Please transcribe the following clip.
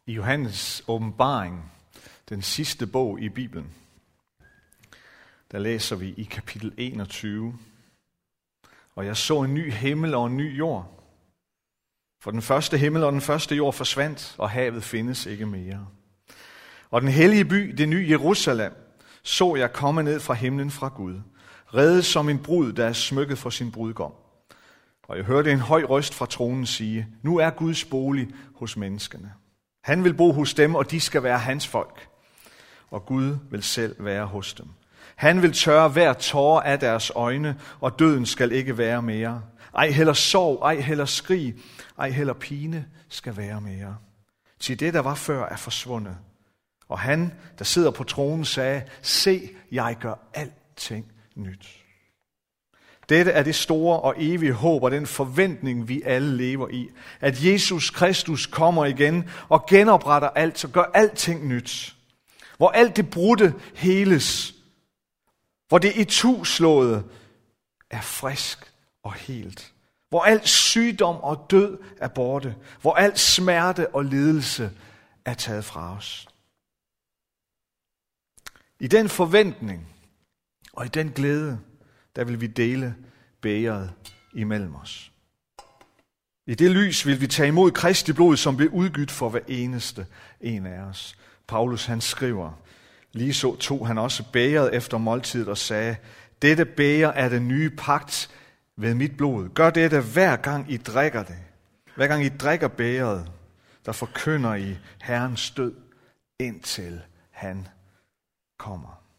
I Johannes åbenbaring, den sidste bog i Bibelen, der læser vi i kapitel 21. Og jeg så en ny himmel og en ny jord. For den første himmel og den første jord forsvandt, og havet findes ikke mere. Og den hellige by, det nye Jerusalem, så jeg komme ned fra himlen fra Gud, reddet som en brud, der er smykket for sin brudgom. Og jeg hørte en høj røst fra tronen sige, nu er Guds bolig hos menneskene. Han vil bo hos dem, og de skal være hans folk. Og Gud vil selv være hos dem. Han vil tørre hver tåre af deres øjne, og døden skal ikke være mere. Ej heller sorg, ej heller skrig, ej heller pine skal være mere. Til det, der var før, er forsvundet. Og han, der sidder på tronen, sagde, se, jeg gør alting nyt. Dette er det store og evige håb og den forventning, vi alle lever i. At Jesus Kristus kommer igen og genopretter alt og gør alting nyt. Hvor alt det brudte heles. Hvor det ituslåede er frisk og helt. Hvor al sygdom og død er borte. Hvor al smerte og lidelse er taget fra os. I den forventning og i den glæde, der vil vi dele bægeret imellem os. I det lys vil vi tage imod Kristi blod, som blev udgydt for hver eneste en af os. Paulus han skriver, lige så tog han også bægeret efter måltidet og sagde, dette bæger er den nye pagt ved mit blod. Gør dette hver gang I drikker det. Hver gang I drikker bægeret, der forkynder I Herrens død, indtil han kommer.